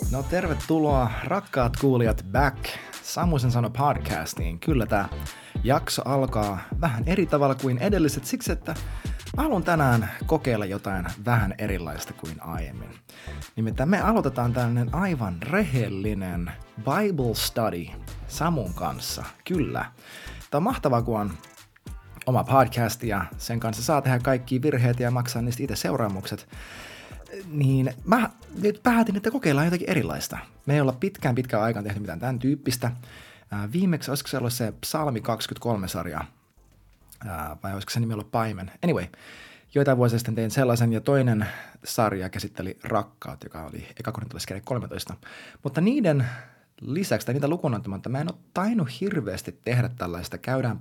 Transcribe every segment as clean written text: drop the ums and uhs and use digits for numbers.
No tervetuloa rakkaat kuulijat back Samusen sano podcastiin. Kyllä tää jakso alkaa vähän eri tavalla kuin edelliset siksi, että mä haluan tänään kokeilla jotain vähän erilaista kuin aiemmin. Nimittäin me aloitetaan tällainen aivan rehellinen Bible study Samun kanssa. Kyllä. Tää on mahtavaa, kun on oma podcast ja sen kanssa saa tehdä kaikki virheet ja maksaa niistä itse seuraamukset. Niin mä nyt päätin, että kokeillaan jotakin erilaista. Me ei olla pitkään aikaan tehty mitään tämän tyyppistä. Viimeksi olisiko se ollut se Psalmi 23-sarja, vai olisiko se nimi ollut Paimen. Anyway, joitain vuosia sitten tein sellaisen, ja toinen sarja käsitteli rakkaut, joka oli eka korintolaiskirja 13. Mutta niiden lisäksi, tai niitä lukuun ottamatta, mä en ole tainnut hirveästi tehdä tällaista, käydäänpä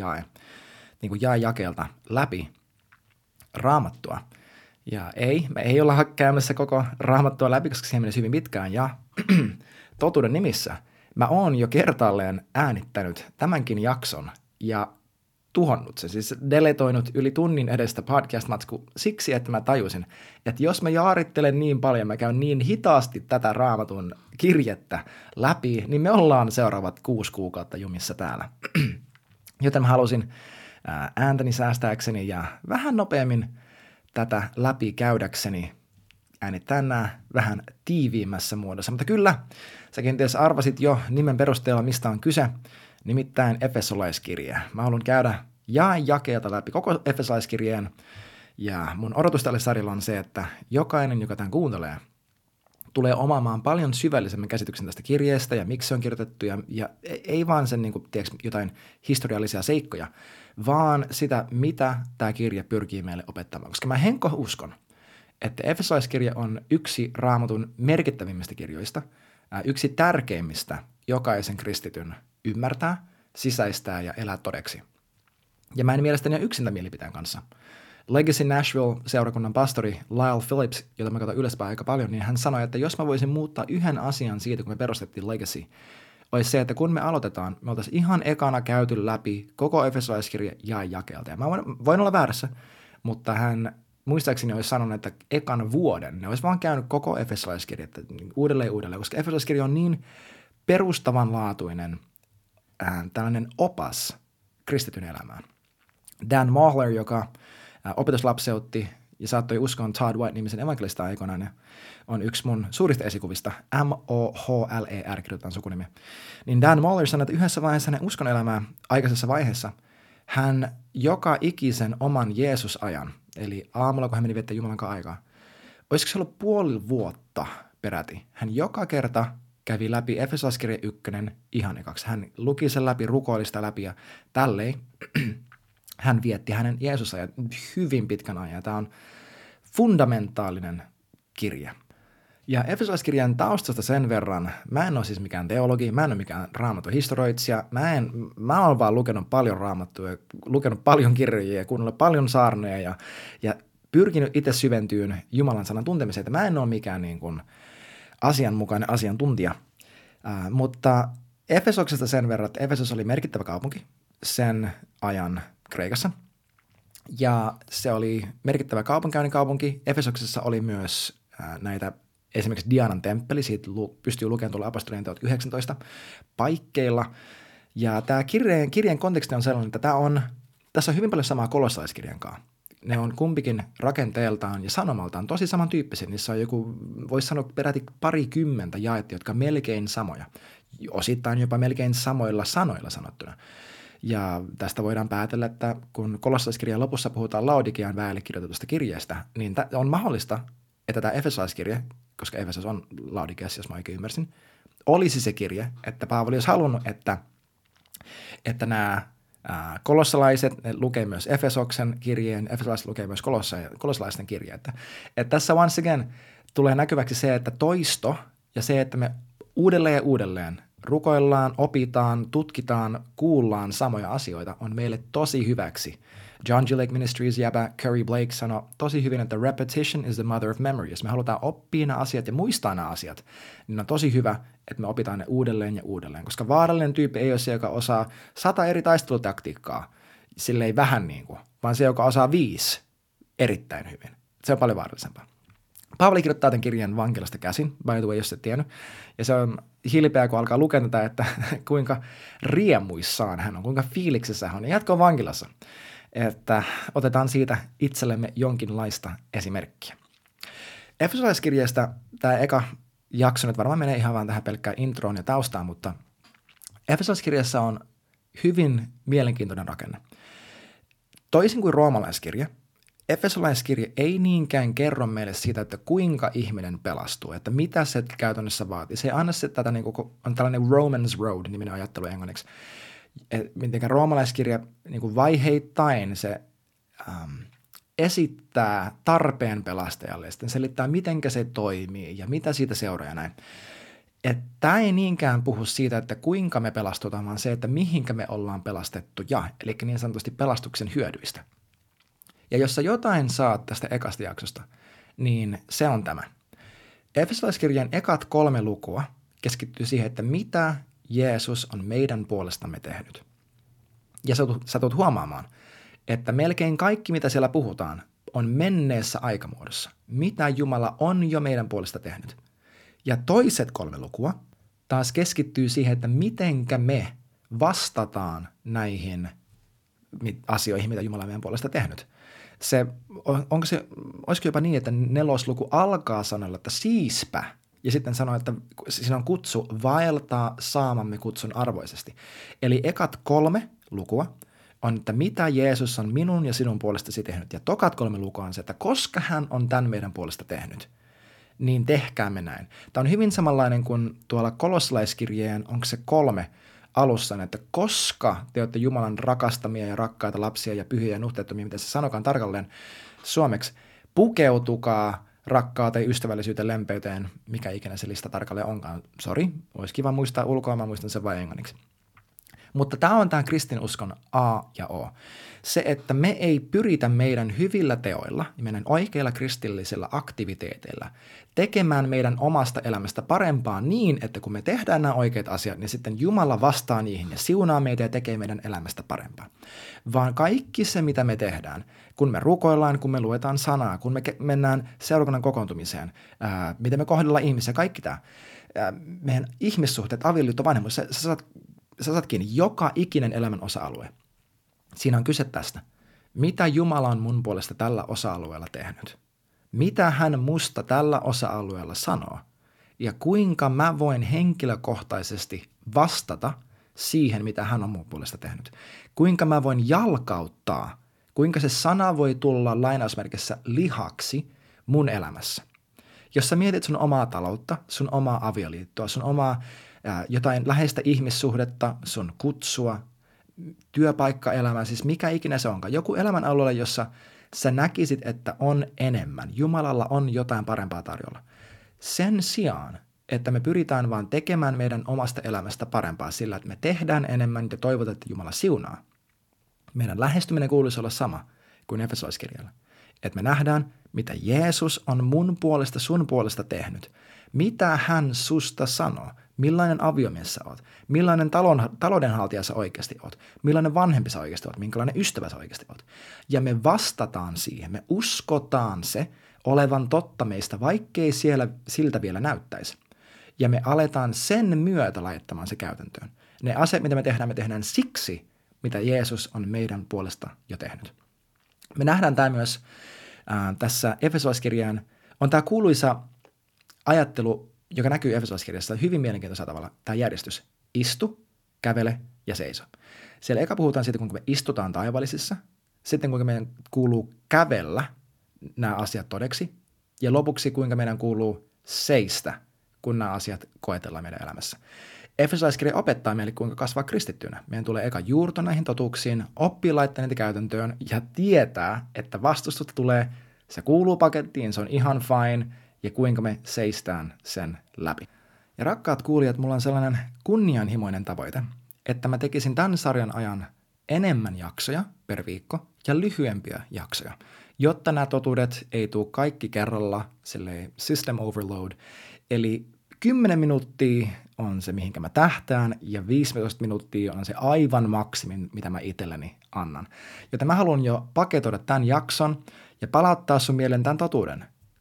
niin kuin jae jakeelta läpi Raamattua. Ja me ei olla käymässä koko Raamattua läpi, koska siihen menisi hyvin pitkään. Ja totuuden nimissä mä oon jo kertaalleen äänittänyt tämänkin jakson ja tuhonnut sen. Siis deletoinut yli tunnin edestä podcast-matsku siksi, että mä tajusin, että jos mä jaarittelen niin paljon, mä käyn niin hitaasti tätä Raamatun kirjettä läpi, niin me ollaan seuraavat 6 kuukautta jumissa täällä. Joten mä halusin ääntäni säästääkseni ja vähän nopeammin tätä läpi käydäkseni äänittää nämä vähän tiiviimmässä muodossa. Mutta kyllä, sä kenties arvasit jo nimen perusteella, mistä on kyse, nimittäin Efesolaiskirje. Mä haluan käydä jakeelta läpi koko Efesolaiskirjeen, ja mun odotus tälle sarjalle on se, että jokainen, joka tämän kuuntelee, tulee omaamaan paljon syvällisemmän käsityksen tästä kirjeestä ja miksi se on kirjoitettu, ja ei vaan sen niin kuin, tiedätkö, jotain historiallisia seikkoja, vaan sitä, mitä tämä kirja pyrkii meille opettamaan. Koska mä uskon, että Efesolaiskirja on yksi Raamatun merkittävimmistä kirjoista, yksi tärkeimmistä jokaisen kristityn ymmärtää, sisäistää ja elää todeksi. Ja mä en mielestäni ole yksin tämän mielipiteen kanssa. Legacy Nashville-seurakunnan pastori Lyle Phillips, jota mä katson ylöspäin aika paljon, niin hän sanoi, että jos mä voisin muuttaa yhden asian siitä, kun me perustettiin Legacy, olisi se, että kun me aloitetaan, me oltaisiin ihan ekana käyty läpi koko Efesolaiskirja jakeelta. Ja mä voin olla väärässä, mutta hän muistaakseni olisi sanonut, että ekan vuoden ne olisi vaan käynyt koko Efesolaiskirja uudelleen, koska Efesolaiskirja on niin perustavanlaatuinen tällainen opas kristityn elämään. Dan Mohler, joka opetuslapseutti ja saattoi uskoon Todd White-nimisen evankelista aikoinaan, on yksi mun suurista esikuvista, Mohler kirjoitetaan sukunimi. Niin Dan Mohler sanoi, että yhdessä vaiheessa hänen uskonelämää aikaisessa vaiheessa hän joka ikisen oman Jeesusajan, eli aamulla kun hän meni viettää Jumalan kanssa aikaa, olisiko se ollut puoli vuotta peräti, hän joka kerta kävi läpi Efesolaiskirja 1 ihan ekaksi. Hän luki sen läpi, rukoili sitä läpi ja tälleen hän vietti hänen Jeesusajan hyvin pitkän ajan. Tämä on fundamentaalinen kirja. Ja Efesolaiskirjan taustasta sen verran, mä en ole siis mikään teologi, mä en ole mikään raamatun historioitsija, mä oon vaan lukenut paljon raamattua, lukenut paljon kirjoja ja kuunnellut paljon saarnoja ja pyrkinyt itse syventyyn Jumalan sanan tuntemiseen, että mä en ole mikään niin kuin asianmukainen asiantuntija. Mutta Efesoksesta sen verran, että Efesos oli merkittävä kaupunki sen ajan Kreikassa. Ja se oli merkittävä kaupunki. Efesoksessa oli myös näitä esimerkiksi Dianan temppeli, siitä pystyy lukemaan tuolla apostolien teot 19 paikkeilla. Ja tämä kirjeen konteksti on sellainen, että tässä on hyvin paljon samaa kolossalaiskirjan kanssa. Ne on kumpikin rakenteeltaan ja sanomaltaan tosi samantyyppisiä. Niissä on joku, voisi sanoa peräti 20 jaetta, jotka on melkein samoja. Osittain jopa melkein samoilla sanoilla sanottuna. Ja tästä voidaan päätellä, että kun kolossalaiskirjan lopussa puhutaan Laodikean väelle kirjoitetusta kirjeestä, niin on mahdollista, että tämä Efesolaiskirje, koska Efesos on Laodikeassa, jos mä oikein ymmärsin, olisi se kirje, että Paavali olisi halunnut, että nämä kolossalaiset ne lukee myös Efesoksen kirjeen, efesolaiset lukee myös kolossalaisten kirjeen. Että tässä once again tulee näkyväksi se, että toisto ja se, että me uudelleen rukoillaan, opitaan, tutkitaan, kuullaan samoja asioita, on meille tosi hyväksi. John G. Lake Ministries jäbä Curry Blake sanoi tosi hyvin, että repetition is the mother of memory. Jos me halutaan oppia nämä asiat ja muistaa nämä asiat, niin on tosi hyvä, että me opitaan ne uudelleen ja uudelleen. Koska vaarallinen tyyppi ei ole se, joka osaa 100 eri taistelutaktiikkaa, silleen vähän niin kuin, vaan se, joka osaa 5 erittäin hyvin. Se on paljon vaarallisempaa. Paavali kirjoittaa tämän kirjan vankilasta käsin, by the way, jos et tiennyt. Ja se on hilpeä, kun alkaa lukea tätä, että kuinka riemuissaan hän on, kuinka fiiliksessä hän on. Ja jatkoon vankilassa, että otetaan siitä itsellemme jonkinlaista esimerkkiä. Efesolaiskirjeestä tämä eka jakso nyt varmaan menee ihan vaan tähän pelkkään introon ja taustaan, mutta Efesolaiskirjassa on hyvin mielenkiintoinen rakenne. Toisin kuin roomalaiskirja, Efesolaiskirja ei niinkään kerro meille siitä, että kuinka ihminen pelastuu, että mitä se käytännössä vaatii. Se ei anna se tätä, niin kuin, on tällainen Romans Road-niminen ajattelu englanniksi. Mitenkä roomalaiskirja niin kuin vaiheittain se esittää tarpeen pelastajalle ja sitten selittää, mitenkä se toimii ja mitä siitä seuraa ja näin. Tämä ei niinkään puhu siitä, että kuinka me pelastutaan, vaan se, että mihinkä me ollaan pelastettu eli niin sanotusti pelastuksen hyödyistä. Ja jos sä jotain saat tästä ekasta jaksosta, niin se on tämä. Efesolaiskirjan ekat 3 lukua keskittyy siihen, että mitä Jeesus on meidän puolestamme tehnyt. Ja sä tulet huomaamaan, että melkein kaikki, mitä siellä puhutaan, on menneessä aikamuodossa. Mitä Jumala on jo meidän puolesta tehnyt. Ja toiset 3 lukua taas keskittyy siihen, että mitenkä me vastataan näihin asioihin, mitä Jumala on meidän puolesta tehnyt. Olisiko jopa niin, että 4. luku alkaa sanalla, että siispä, ja sitten sanoo, että siinä on kutsu vaeltaa saamamme kutsun arvoisesti. Eli ekat 3 lukua on, että mitä Jeesus on minun ja sinun puolestasi tehnyt, ja tokat 3 lukua on se, että koska hän on tämän meidän puolesta tehnyt, niin tehkäämme näin. Tämä on hyvin samanlainen kuin tuolla kolossalaiskirjeen, onko se 3 alussa, että koska te olette Jumalan rakastamia ja rakkaita lapsia ja pyhiä ja nuhteettomia, mitä se sanokaan tarkalleen suomeksi, pukeutukaa rakkauteen, ystävällisyyteen, lempeyteen, mikä ikinä se lista tarkalleen onkaan. Sori, olisi kiva muistaa ulkoa, mä muistan sen vain englanniksi. Mutta tämä on tämä kristinuskon A ja O. Se, että me ei pyritä meidän hyvillä teoilla ja meidän oikeilla kristillisillä aktiviteeteilla tekemään meidän omasta elämästä parempaa niin, että kun me tehdään nämä oikeat asiat, niin sitten Jumala vastaa niihin ja siunaa meitä ja tekee meidän elämästä parempaa. Vaan kaikki se, mitä me tehdään, kun me rukoillaan, kun me luetaan sanaa, kun me mennään seurakunnan kokoontumiseen, miten me kohdellaan ihmisiä, kaikki tämä, meidän ihmissuhteet, avioliitto, vanhemmuus, sä saat kiinni joka ikinen elämän osa-alue. Siinä on kyse tästä. Mitä Jumala on mun puolesta tällä osa-alueella tehnyt? Mitä hän musta tällä osa-alueella sanoo? Ja kuinka mä voin henkilökohtaisesti vastata siihen, mitä hän on mun puolesta tehnyt? Kuinka mä voin jalkauttaa? Kuinka se sana voi tulla lainausmerkissä lihaksi mun elämässä? Jos sä mietit sun omaa taloutta, sun omaa avioliittoa, sun omaa jotain läheistä ihmissuhdetta, sun kutsua, työpaikkaelämää, siis mikä ikinä se onkaan. Joku elämän alueella, jossa sä näkisit, että on enemmän. Jumalalla on jotain parempaa tarjolla. Sen sijaan, että me pyritään vaan tekemään meidän omasta elämästä parempaa sillä, että me tehdään enemmän ja toivotaan, että Jumala siunaa. Meidän lähestyminen kuuluisi olla sama kuin Efesolaiskirjalla. Että me nähdään, mitä Jeesus on mun puolesta, sun puolesta tehnyt. Mitä hän susta sanoo? Millainen aviomies sä oot? Millainen taloudenhaltija sä oikeasti oot? Millainen vanhempi sä oikeasti oot? Minkälainen ystävä sä oikeasti oot? Ja me vastataan siihen. Me uskotaan se olevan totta meistä, vaikkei siltä vielä näyttäisi. Ja me aletaan sen myötä laittamaan se käytäntöön. Ne asiat, mitä me tehdään siksi, mitä Jeesus on meidän puolesta jo tehnyt. Me nähdään tämä myös tässä Efesolaiskirjaan. On tämä kuuluisa ajattelu, joka näkyy Efesolaiskirjassa hyvin mielenkiintoisella tavalla, tämä järjestys. Istu, kävele ja seiso. Siellä eka puhutaan siitä, kuinka me istutaan taivaallisissa, sitten kuinka meidän kuuluu kävellä nämä asiat todeksi, ja lopuksi kuinka meidän kuuluu seistä, kun nämä asiat koetellaan meidän elämässä. Efesolaiskirja opettaa meille, kuinka kasvaa kristittynä. Meidän tulee eka juurtua näihin totuuksiin, oppia laittaa niitä käytäntöön ja tietää, että vastustusta tulee, se kuuluu pakettiin, se on ihan fine, ja kuinka me seistään sen läpi. Ja rakkaat kuulijat, mulla on sellainen kunnianhimoinen tavoite, että mä tekisin tämän sarjan ajan enemmän jaksoja per viikko ja lyhyempiä jaksoja, jotta nämä totuudet ei tule kaikki kerralla, silleen system overload. Eli 10 minuuttia on se, mihinkä mä tähtään, ja 15 minuuttia on se aivan maksimi, mitä mä itselleni annan. Joten mä haluan jo paketoida tämän jakson ja palauttaa sun mieleen tämän totuuden.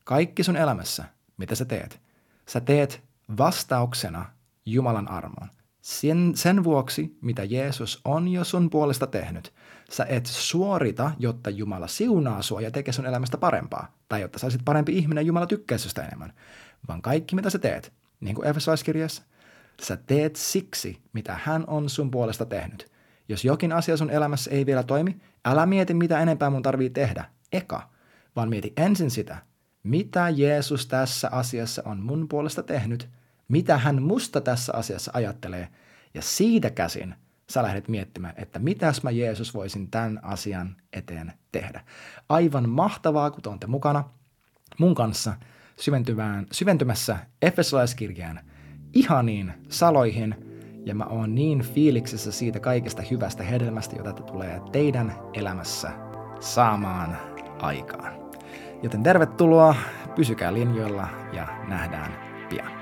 Kaikki sun elämässä, mitä sä teet vastauksena Jumalan armoon. Sen vuoksi, mitä Jeesus on jo sun puolesta tehnyt. Sä et suorita, jotta Jumala siunaa sua ja tekee sun elämästä parempaa. Tai jotta sä olisit parempi ihminen ja Jumala tykkää susta enemmän. Vaan kaikki, mitä sä teet, niin kuin Efesolaiskirjassa, sä teet siksi, mitä hän on sun puolesta tehnyt. Jos jokin asia sun elämässä ei vielä toimi, älä mieti, mitä enempää mun tarvii tehdä. Vaan mieti ensin sitä, mitä Jeesus tässä asiassa on mun puolesta tehnyt, mitä hän musta tässä asiassa ajattelee, ja siitä käsin sä lähdet miettimään, että mitäs mä Jeesus voisin tämän asian eteen tehdä. Aivan mahtavaa, kun te olette mukana mun kanssa syventymässä Efesolaiskirjaan ihaniin saloihin, ja mä oon niin fiiliksessä siitä kaikesta hyvästä hedelmästä, jota tulee teidän elämässä saamaan aikaan. Joten tervetuloa, pysykää linjoilla ja nähdään pian.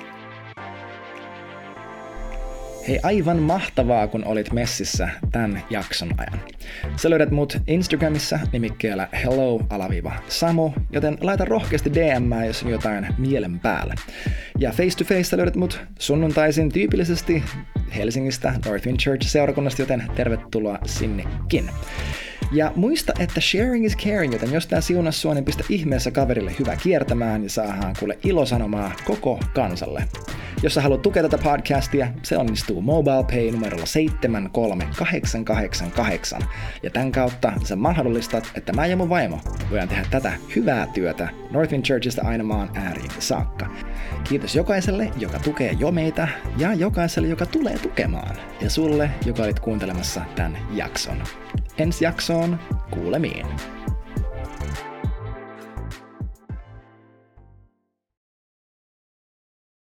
Hei, aivan mahtavaa, kun olit messissä tämän jakson ajan. Sä löydät mut Instagramissa nimikkeellä hello_Samu, joten laita rohkeasti DM:ää, jos on jotain mielen päällä. Ja face to face löydät mut sunnuntaisin tyypillisesti Helsingistä Northwind Church-seurakunnasta, joten tervetuloa sinnekin. Ja muista, että sharing is caring, joten jos tää siunas sua, niin pistä ihmeessä kaverille hyvä kiertämään ja saadaan kuule ilosanomaa koko kansalle. Jos sä haluat tukea tätä podcastia, se onnistuu MobilePay numerolla 73888. Ja tämän kautta sä mahdollistat, että mä ja mun vaimo voidaan tehdä tätä hyvää työtä Northwind Churchista aina maan ääriin saakka. Kiitos jokaiselle, joka tukee jo meitä, ja jokaiselle, joka tulee tukemaan. Ja sulle, joka olit kuuntelemassa tämän jakson. Ensi jaksoon kuulemiin.